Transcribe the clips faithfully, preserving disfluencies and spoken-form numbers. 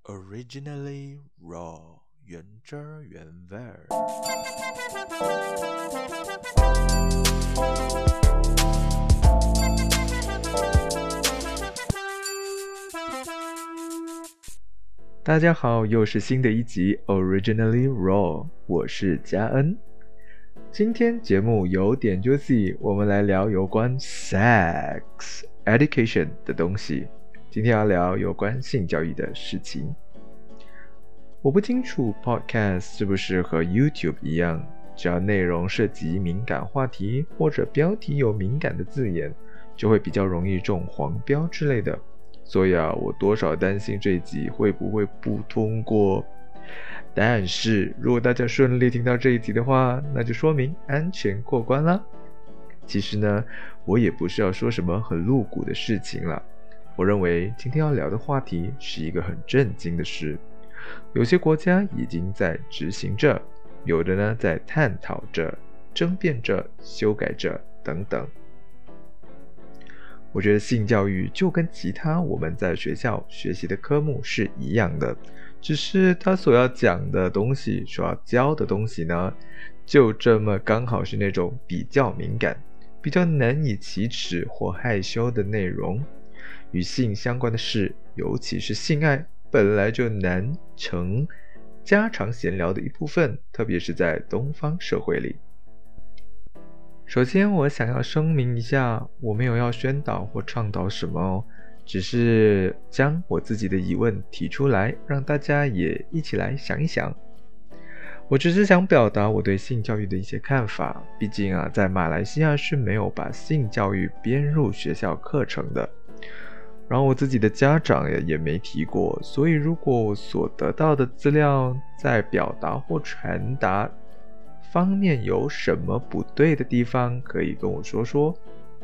Originally raw， 原汁原味儿。大家好，又是新的一集 Originally raw， 我是嘉恩。今天节目有点 juicy， 我们来聊有关 sex education 的东西。今天要聊有关性教育的事情。我不清楚 podcast 是不是和 YouTube 一样，只要内容涉及敏感话题或者标题有敏感的字眼，就会比较容易中黄标之类的。所以啊，我多少担心这一集会不会不通过。但是如果大家顺利听到这一集的话，那就说明安全过关啦。其实呢，我也不是要说什么很露骨的事情啦。我认为今天要聊的话题是一个很震惊的事，有些国家已经在执行着，有的呢在探讨着、争辩着、修改着等等。我觉得性教育就跟其他我们在学校学习的科目是一样的，只是他所要讲的东西、所要教的东西呢，就这么刚好是那种比较敏感、比较难以启齿或害羞的内容。与性相关的事，尤其是性爱，本来就难成家常闲聊的一部分，特别是在东方社会里。首先我想要声明一下，我没有要宣导或倡导什么哦，只是将我自己的疑问提出来，让大家也一起来想一想。我只是想表达我对性教育的一些看法，毕竟啊，在马来西亚是没有把性教育编入学校课程的。然后我自己的家长也也没提过，所以如果我所得到的资料在表达或传达方面有什么不对的地方，可以跟我说说。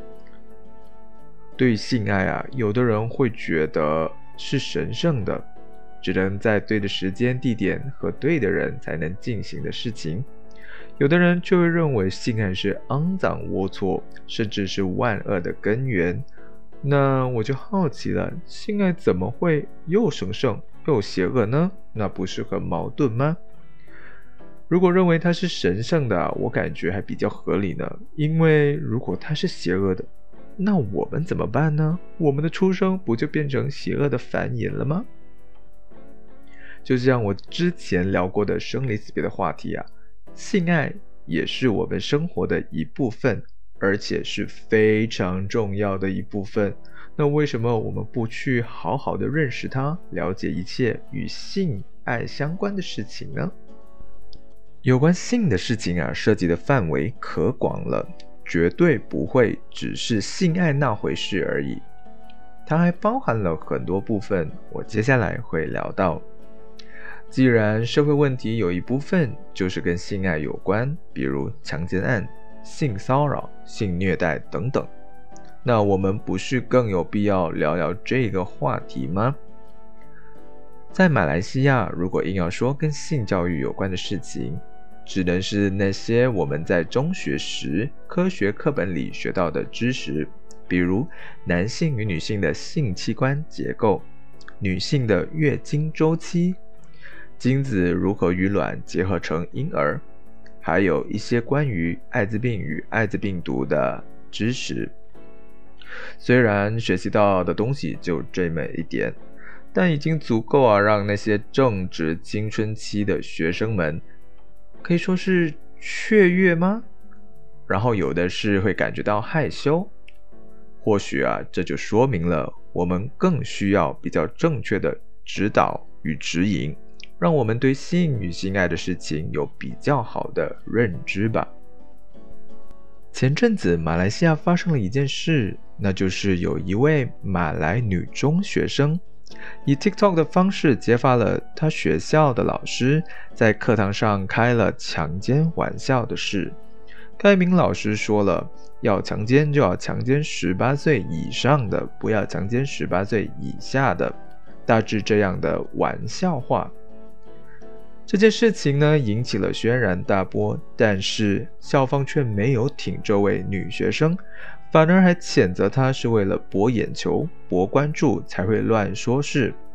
对于性爱啊，有的人会觉得是神圣的，只能在对的时间、地点和对的人才能进行的事情。有的人就会认为性爱是肮脏龌龊，甚至是万恶的根源。那我就好奇了，性爱怎么会又神圣又邪恶呢？那不是很矛盾吗？如果认为它是神圣的，我感觉还比较合理呢。因为如果它是邪恶的，那我们怎么办呢？我们的出生不就变成邪恶的繁衍了吗？就像我之前聊过的生离死别的话题啊，性爱也是我们生活的一部分，而且是非常重要的一部分。那为什么我们不去好好的认识它，了解一切与性爱相关的事情呢？有关性的事情啊，涉及的范围可广了，绝对不会只是性爱那回事而已。它还包含了很多部分，我接下来会聊到。既然社会问题有一部分就是跟性爱有关，比如强奸案、性骚扰、性虐待等等，那我们不是更有必要聊聊这个话题吗？在马来西亚，如果硬要说跟性教育有关的事情，只能是那些我们在中学时科学课本里学到的知识，比如男性与女性的性器官结构、女性的月经周期、精子如何与卵结合成婴儿，还有一些关于艾滋病与艾滋病毒的知识。虽然学习到的东西就这么一点，但已经足够啊，让那些正值青春期的学生们可以说是雀跃吗？然后有的是会感觉到害羞。或许啊，这就说明了我们更需要比较正确的指导与指引，让我们对性与性爱的事情有比较好的认知吧。前阵子马来西亚发生了一件事，那就是有一位马来女中学生以 TikTok 的方式揭发了她学校的老师在课堂上开了强奸玩笑的事。该名老师说了，要强奸就要强奸十八岁以上的，不要强奸十八岁以下的，大致这样的玩笑话。这件事情呢，引起了轩然大波，但是校方却没有挺这位女学生，反而还谴责她是为了博眼球、博关注才会乱说事。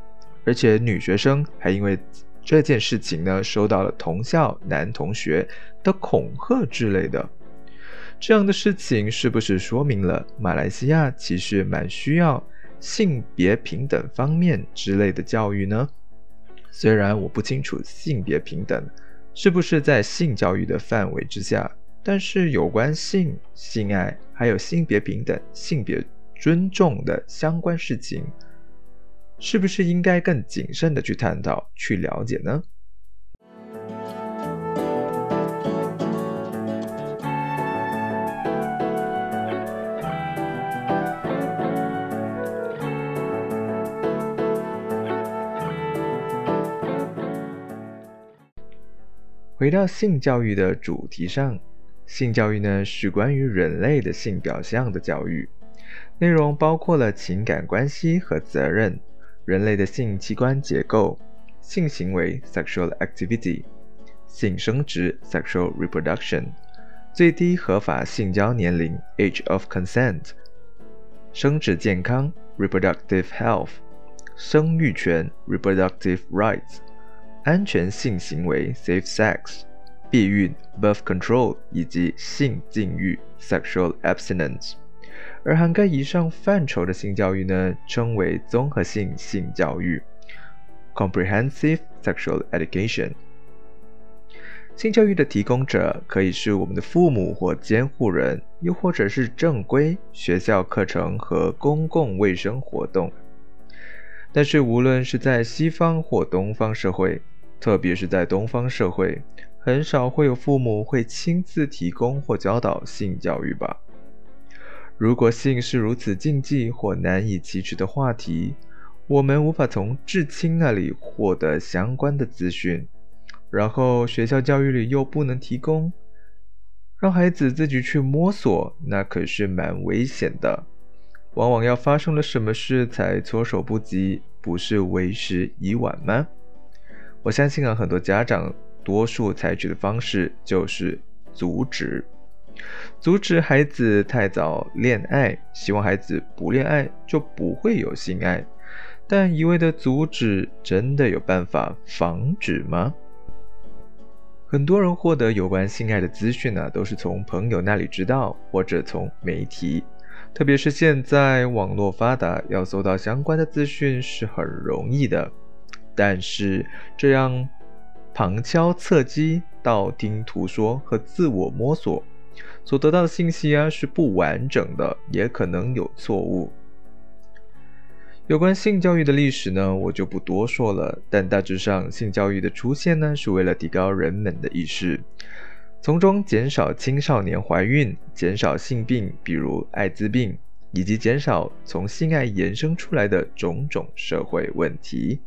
而且女学生还因为这件事情呢，收到了同校男同学的恐吓之类的。这样的事情是不是说明了马来西亚其实蛮需要性别平等方面之类的教育呢？虽然我不清楚性别平等是不是在性教育的范围之下，但是有关性、性爱还有性别平等、性别尊重的相关事情，是不是应该更谨慎的去探讨、去了解呢？回到性教育的主题上，性教育呢是关于人类的性表象的教育，内容包括了情感关系和责任、人类的性器官结构、性行为 sexual activity、性生殖 sexual reproduction、最低合法性交年龄 age of consent、生殖健康 reproductive health、生育权 reproductive rights、安全性行为 safe sex、避孕 birth control 以及性禁欲 sexual abstinence。而涵盖以上范畴的性教育呢，称为综合性性教育 comprehensive sexual education。 性教育的提供者可以是我们的父母或监护人，又或者是正规学校课程和公共卫生活动。但是无论是在西方或东方社会，特别是在东方社会，很少会有父母会亲自提供或教导性教育吧。如果性是如此禁忌或难以启齿的话题，我们无法从至亲那里获得相关的资讯，然后学校教育里又不能提供，让孩子自己去摸索，那可是蛮危险的。往往要发生了什么事才措手不及，不是为时已晚吗？我相信啊，很多家长多数采取的方式就是阻止阻止孩子太早恋爱，希望孩子不恋爱就不会有性爱。但一味的阻止真的有办法防止吗？很多人获得有关性爱的资讯呢，都是从朋友那里知道，或者从媒体。特别是现在网络发达，要搜到相关的资讯是很容易的。但是这样旁敲侧击、道听途说和自我摸索所得到的信息啊，是不完整的，也可能有错误。有关性教育的历史呢，我就不多说了，但大致上性教育的出现呢，是为了提高人们的意识，从中减少青少年怀孕，减少性病，比如艾滋病，以及减少从性爱延伸出来的种种社会问题。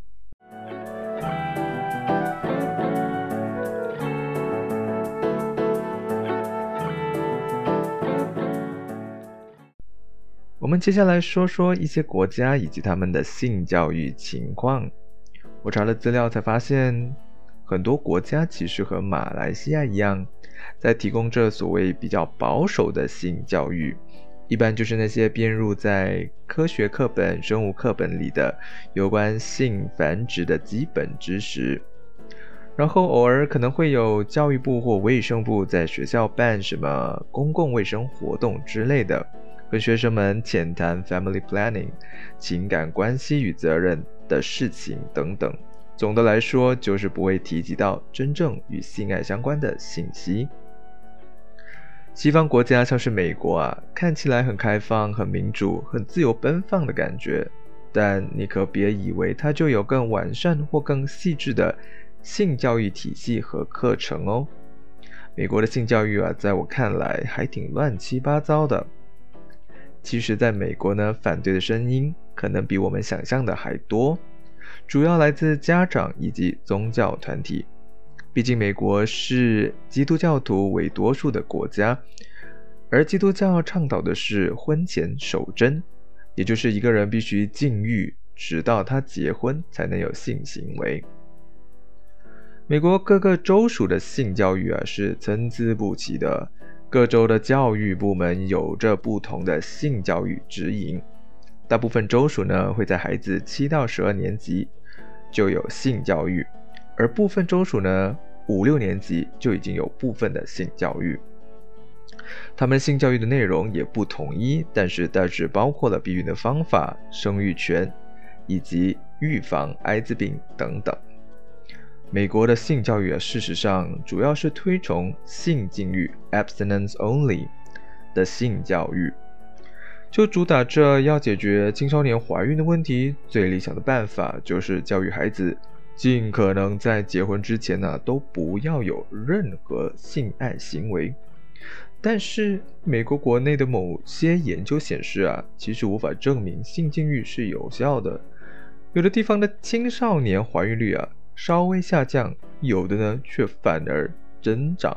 我们接下来说说一些国家以及他们的性教育情况。我查了资料才发现，很多国家其实和马来西亚一样，在提供这所谓比较保守的性教育，一般就是那些编入在科学课本、生物课本里的有关性繁殖的基本知识。然后偶尔可能会有教育部或卫生部在学校办什么公共卫生活动之类的，跟学生们浅谈 family planning 情感关系与责任的事情等等。总的来说，就是不会提及到真正与性爱相关的信息。西方国家像是美国啊，看起来很开放、很民主、很自由奔放的感觉，但你可别以为它就有更完善或更细致的性教育体系和课程哦。美国的性教育啊，在我看来还挺乱七八糟的。其实在美国呢，反对的声音可能比我们想象的还多，主要来自家长以及宗教团体。毕竟美国是基督教徒为多数的国家，而基督教倡导的是婚前守贞，也就是一个人必须禁欲，直到他结婚才能有性行为。美国各个州属的性教育啊是参差不齐的，各州的教育部门有着不同的性教育指引。 大部分州属呢会在孩子七到十二年级就有性教育，而部分州属呢五六年级就已经有部分的性教育。他们性教育的内容也不统一，但是大致包括了避孕的方法、生育权以及预防艾滋病等等。美国的性教育啊，事实上主要是推崇性禁欲 （abstinence only） 的性教育，就主打着要解决青少年怀孕的问题，最理想的办法就是教育孩子尽可能在结婚之前呢都不要有任何性爱行为。但是美国国内的某些研究显示啊，其实无法证明性禁欲是有效的。有的地方的青少年怀孕率啊稍微下降，有的呢却反而增长。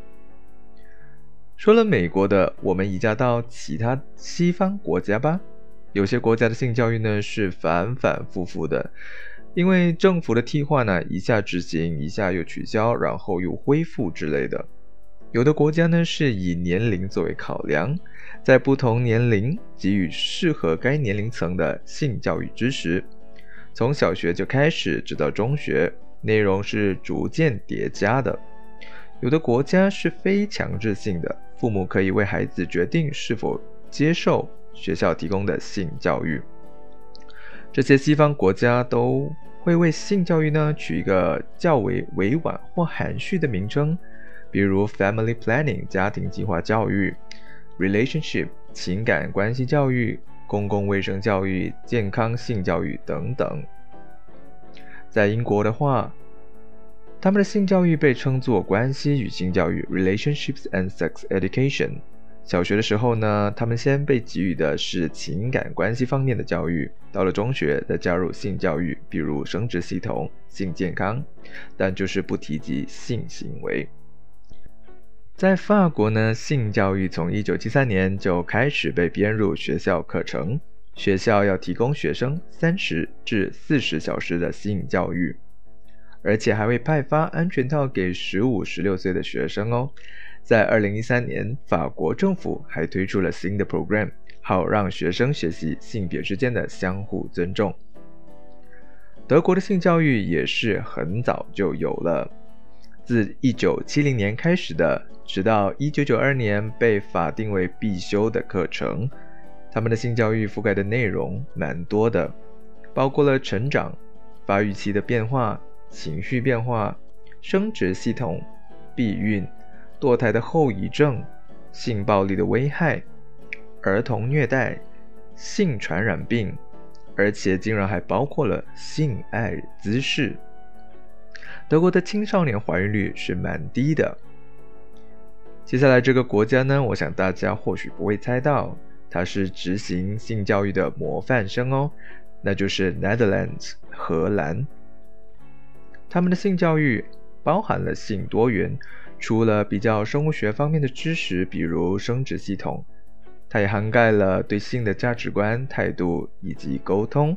说了美国的，我们移驾到其他西方国家吧。有些国家的性教育呢是反反复复的，因为政府的替换呢一下执行，一下又取消，然后又恢复之类的。有的国家呢是以年龄作为考量，在不同年龄给予适合该年龄层的性教育知识，从小学就开始直到中学，内容是逐渐叠加的。有的国家是非强制性的，父母可以为孩子决定是否接受学校提供的性教育。这些西方国家都会为性教育呢取一个较为委婉或含蓄的名称，比如 family planning 家庭计划教育、 relationship 情感关系教育、公共卫生教育、健康性教育等等。在英国的话，他们的性教育被称作关系与性教育 relationships and sex education。 小学的时候呢，他们先被给予的是情感关系方面的教育，到了中学再加入性教育，比如生殖系统、性健康，但就是不提及性行为。在法国呢，性教育从一九七三年就开始被编入学校课程，学校要提供学生三十至四十小时的性教育，而且还会派发安全套给十五、十六岁的学生哦。在二零一三年，法国政府还推出了新的 program， 好让学生学习性别之间的相互尊重。德国的性教育也是很早就有了，自一九七零年开始的，直到一九九二年被法定为必修的课程。他们的性教育覆盖的内容蛮多的，包括了成长、发育期的变化、情绪变化、生殖系统、避孕、堕胎的后遗症、性暴力的危害、儿童虐待、性传染病，而且竟然还包括了性爱姿势。德国的青少年怀孕率是蛮低的。接下来这个国家呢，我想大家或许不会猜到，它是执行性教育的模范生哦，那就是 Netherlands 荷兰。他们的性教育包含了性多元，除了比较生物学方面的知识，比如生殖系统，它也涵盖了对性的价值观、态度以及沟通。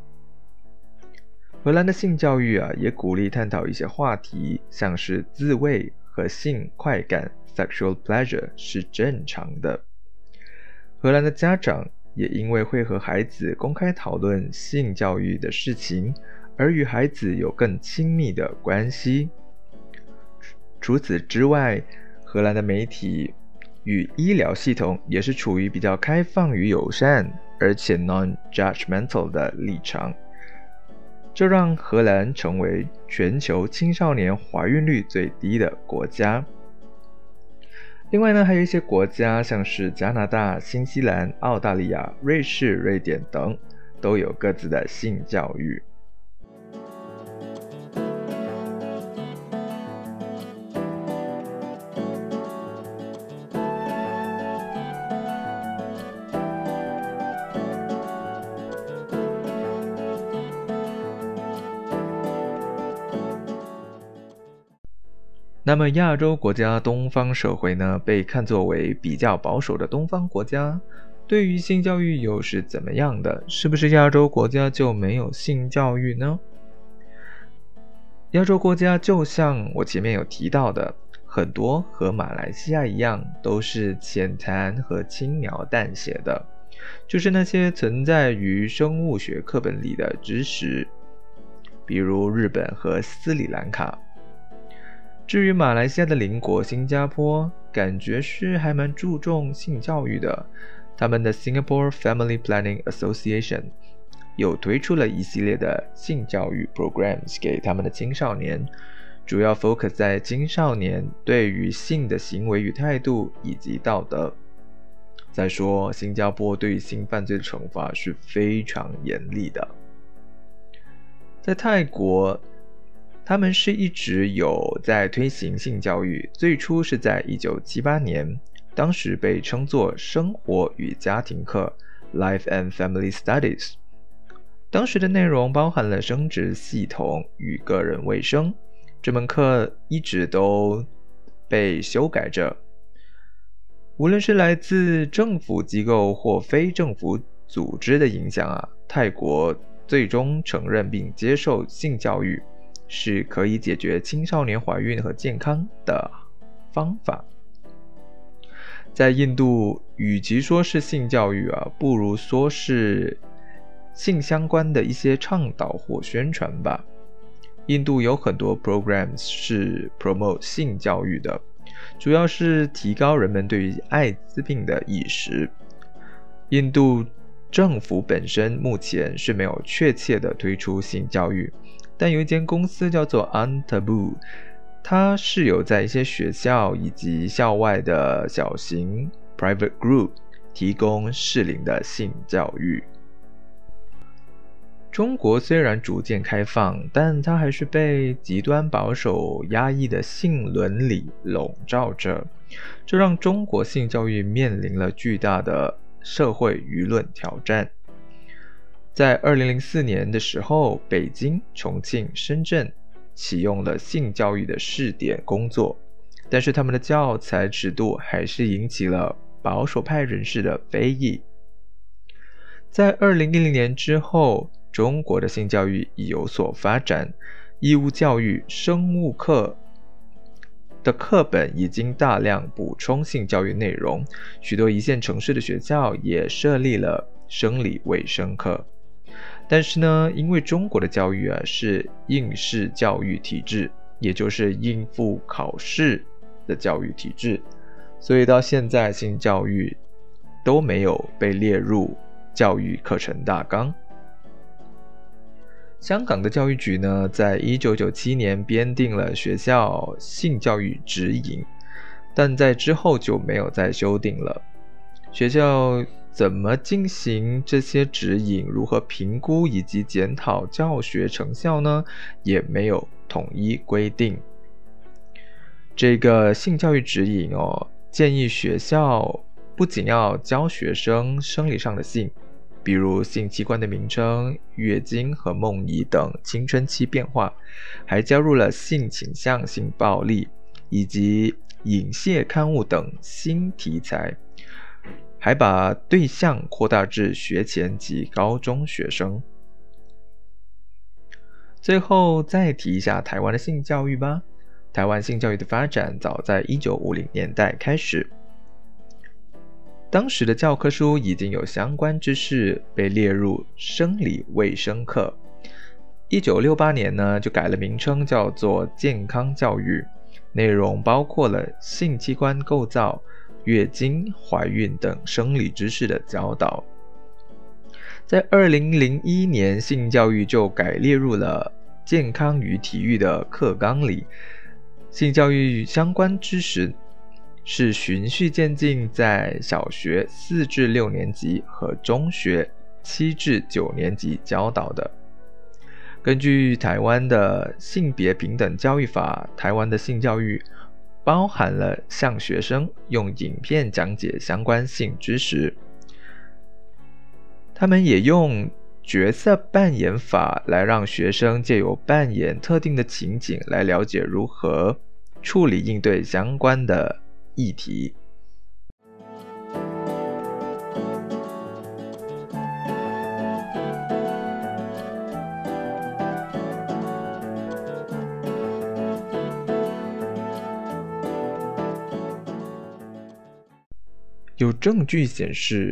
荷兰的性教育啊，也鼓励探讨一些话题，像是自慰和性快感 sexual pleasure 是正常的。荷兰的家长也因为会和孩子公开讨论性教育的事情，而与孩子有更亲密的关系。除此之外，荷兰的媒体与医疗系统也是处于比较开放与友善，而且 non-judgmental 的立场，这让荷兰成为全球青少年怀孕率最低的国家。另外呢，还有一些国家，像是加拿大、新西兰、澳大利亚、瑞士、瑞典等，都有各自的性教育。那么亚洲国家东方社会呢，被看作为比较保守的东方国家，对于性教育又是怎么样的？是不是亚洲国家就没有性教育呢？亚洲国家就像我前面有提到的，很多和马来西亚一样，都是浅谈和轻描淡写的， 就是那些存在于生物学课本里的知识，比如日本和斯里兰卡。至于马来西亚的邻国新加坡，感觉是还蛮注重性教育的。他们的 Singapore Family Planning Association 有推出了一系列的性教育 programs 给他们的青少年，主要 focus 在青少年对于性的行为与态度以及道德。再说，新加坡对于性犯罪的惩罚是非常严厉的。在泰国，他们是一直有在推行性教育，最初是在一九七八年，当时被称作生活与家庭课 Life and Family Studies。 当时的内容包含了生殖系统与个人卫生，这门课一直都被修改着。无论是来自政府机构或非政府组织的影响啊，泰国最终承认并接受性教育是可以解决青少年怀孕和健康的方法。在印度，与其说是性教育啊，不如说是性相关的一些倡导或宣传吧。印度有很多 programs 是 promote 性教育的，主要是提高人们对于艾滋病的意识。印度政府本身目前是没有确切的推出性教育，但有一间公司叫做 Untaboo， 它是有在一些学校以及校外的小型 private group 提供适龄的性教育。中国虽然逐渐开放，但它还是被极端保守压抑的性伦理笼罩着，这让中国性教育面临了巨大的社会舆论挑战。在二零零四年的时候，北京、重庆、深圳启用了性教育的试点工作，但是他们的教材尺度还是引起了保守派人士的非议。在二零一零年之后，中国的性教育已有所发展，义务教育、生物课的课本已经大量补充性教育内容，许多一线城市的学校也设立了生理卫生课。但是呢，因为中国的教育啊是应试教育体制，也就是应付考试的教育体制，所以到现在性教育都没有被列入教育课程大纲。香港的教育局呢，在一九九七年编定了学校性教育指引，但在之后就没有再修订了。学校怎么进行这些指引，如何评估以及检讨教学成效呢，也没有统一规定。这个性教育指引哦，建议学校不仅要教学生生理上的性，比如性器官的名称、月经和梦遗等青春期变化，还加入了性倾向、性暴力以及影视刊物等新题材，还把对象扩大至学前及高中学生。最后再提一下台湾的性教育吧。台湾性教育的发展早在一九五零年代开始，当时的教科书已经有相关知识被列入生理卫生课。一九六八年呢，就改了名称，叫做健康教育，内容包括了性器官构造、月经、怀孕等生理知识的教导。在二零零一年，性教育就改列入了健康与体育的课纲里。性教育相关知识是循序渐进，在小学四至六年级和中学七至九年级教导的。根据台湾的性别平等教育法，台湾的性教育包含了向学生用影片讲解相关性知识，他们也用角色扮演法来让学生借由扮演特定的情景来了解如何处理应对相关的议题。有证据显示，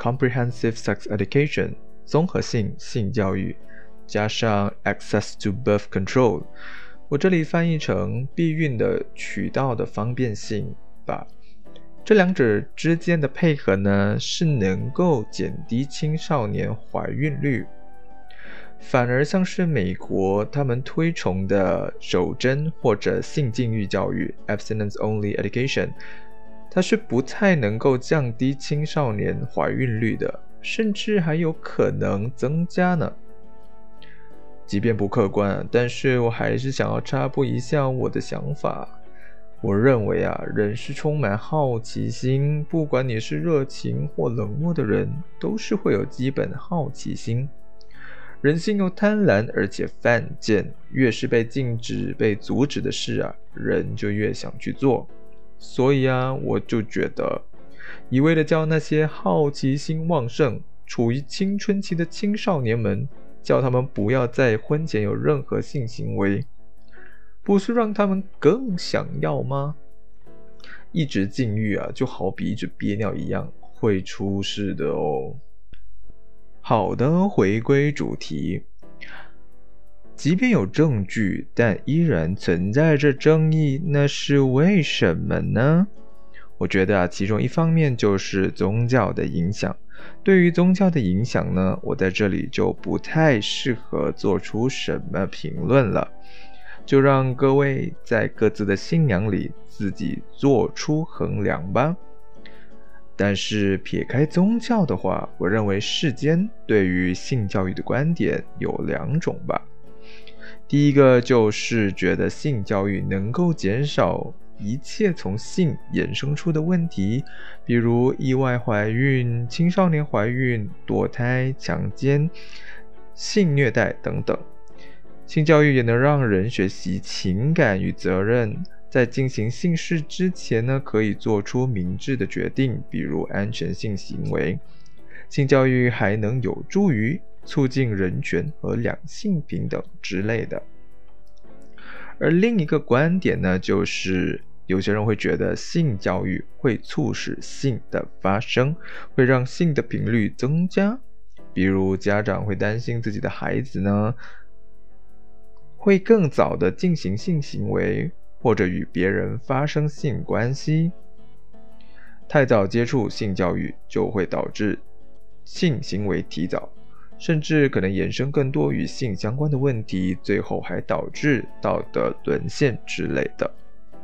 Comprehensive Sex Education 综合性性教育，加上 Access to Birth Control， 我这里翻译成避孕的渠道的方便性吧。这两者之间的配合呢，是能够减低青少年怀孕率。反而像是美国他们推崇的守贞或者性禁欲教育 Abstinence Only Education， 它是不太能够降低青少年怀孕率的，甚至还有可能增加呢。即便不客观，但是我还是想要插播一下我的想法。我认为啊，人是充满好奇心，不管你是热情或冷漠的人，都是会有基本好奇心。人性又贪婪而且犯贱，越是被禁止、被阻止的事啊，人就越想去做。所以啊，我就觉得，一味的叫那些好奇心旺盛、处于青春期的青少年们，叫他们不要在婚前有任何性行为，不是让他们更想要吗？一直禁欲啊，就好比一直憋尿一样，会出事的哦。好的，回归主题。即便有证据，但依然存在着争议，那是为什么呢？我觉得啊，其中一方面就是宗教的影响。对于宗教的影响呢，我在这里就不太适合做出什么评论了，就让各位在各自的信仰里自己做出衡量吧。但是撇开宗教的话，我认为世间对于性教育的观点有两种吧。第一个就是觉得性教育能够减少一切从性衍生出的问题，比如意外怀孕、青少年怀孕、堕胎、强奸、性虐待等等。性教育也能让人学习情感与责任，在进行性事之前呢，可以做出明智的决定，比如安全性行为。性教育还能有助于促进人权和两性平等之类的。而另一个观点呢，就是有些人会觉得性教育会促使性的发生，会让性的频率增加，比如家长会担心自己的孩子呢会更早的进行性行为，或者与别人发生性关系。太早接触性教育就会导致性行为提早，甚至可能衍生更多与性相关的问题，最后还导致道德沦陷之类的。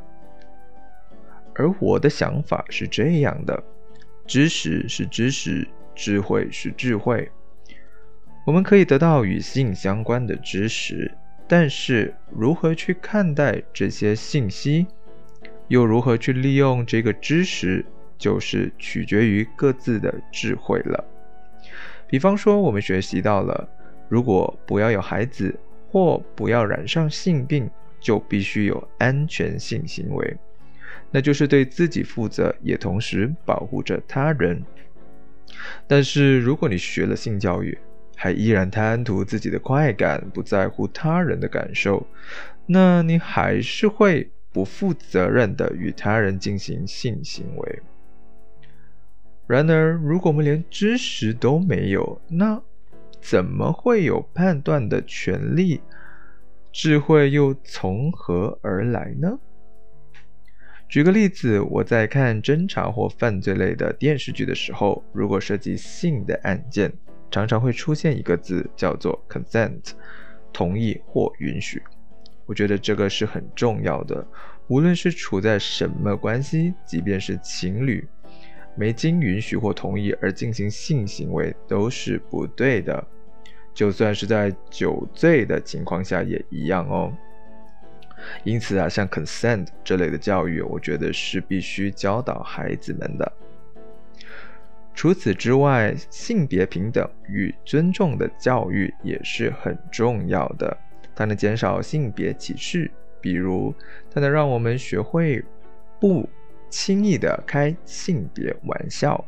而我的想法是这样的，知识是知识，智慧是智慧。我们可以得到与性相关的知识，但是如何去看待这些信息，又如何去利用这个知识，就是取决于各自的智慧了。比方说，我们学习到了，如果不要有孩子或不要染上性病，就必须有安全性行为，那就是对自己负责，也同时保护着他人。但是如果你学了性教育，还依然贪图自己的快感，不在乎他人的感受，那你还是会不负责任地与他人进行性行为。然而，如果我们连知识都没有，那怎么会有判断的权利？智慧又从何而来呢？举个例子，我在看侦查或犯罪类的电视剧的时候，如果涉及性的案件，常常会出现一个字，叫做 consent， 同意或允许。我觉得这个是很重要的，无论是处在什么关系，即便是情侣，没经允许或同意而进行性行为都是不对的，就算是在酒醉的情况下也一样哦。因此啊，像 consent 这类的教育，我觉得是必须教导孩子们的。除此之外，性别平等与尊重的教育也是很重要的，它能减少性别歧视，比如它能让我们学会不轻易的开性别玩笑。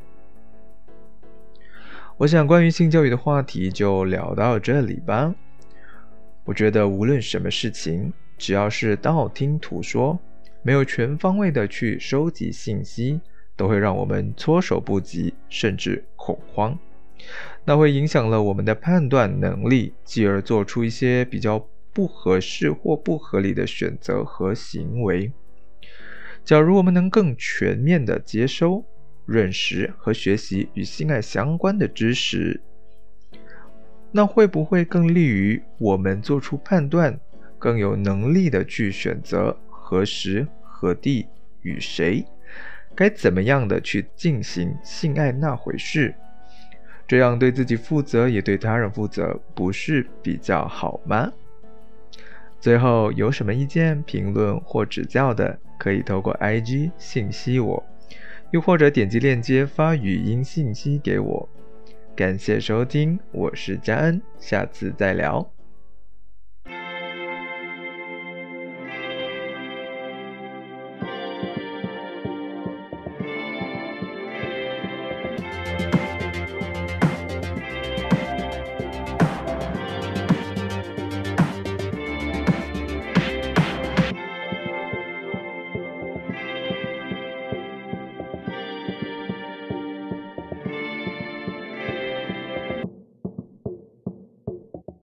我想关于性教育的话题就聊到这里吧。我觉得无论什么事情，只要是道听途说，没有全方位的去收集信息， 都会让我们措手不及，甚至恐慌。那会影响了我们的判断能力，继而做出一些比较不合适或不合理的选择和行为。假如我们能更全面地接收、认识和学习与性爱相关的知识，那会不会更利于我们做出判断，更有能力地去选择何时何地与谁，该怎么样的去进行性爱那回事？这样对自己负责也对他人负责，不是比较好吗？最后有什么意见、评论或指教的，可以透过 I G 信息我，又或者点击链接发语音信息给我。感谢收听，我是嘉恩，下次再聊。